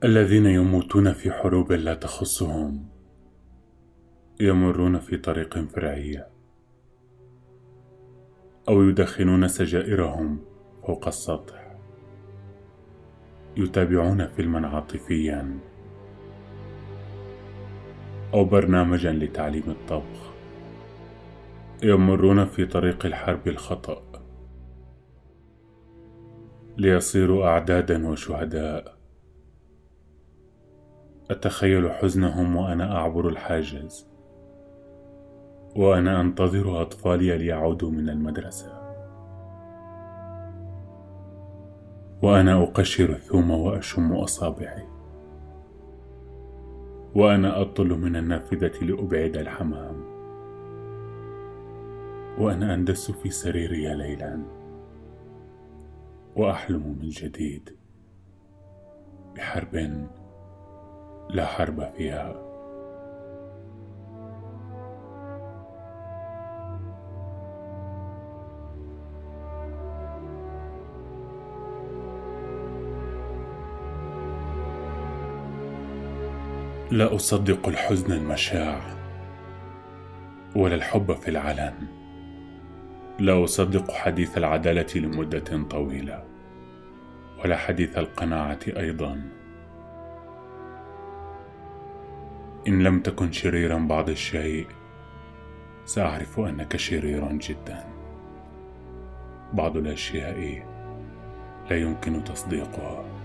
الذين يموتون في حروب لا تخصهم يمرون في طريق فرعي، أو يدخنون سجائرهم فوق السطح، يتابعون فيلما عاطفيا أو برنامجا لتعليم الطبخ، يمرون في طريق الحرب الخطأ ليصيروا أعدادا وشهداء. أتخيل حزنهم وأنا أعبر الحاجز، وأنا أنتظر أطفالي ليعودوا من المدرسة، وأنا أقشر الثوم وأشم أصابعي، وأنا أطل من النافذة لأبعد الحمام، وأنا أندس في سريري ليلا وأحلم من جديد بحرب لا حرب فيها. لا أصدق الحزن المشاع ولا الحب في العلن. لا أصدق حديث العدالة لمدة طويلة ولا حديث القناعة أيضا. إن لم تكن شريرا بعض الشيء سأعرف أنك شرير جدا. بعض الأشياء لا يمكن تصديقها.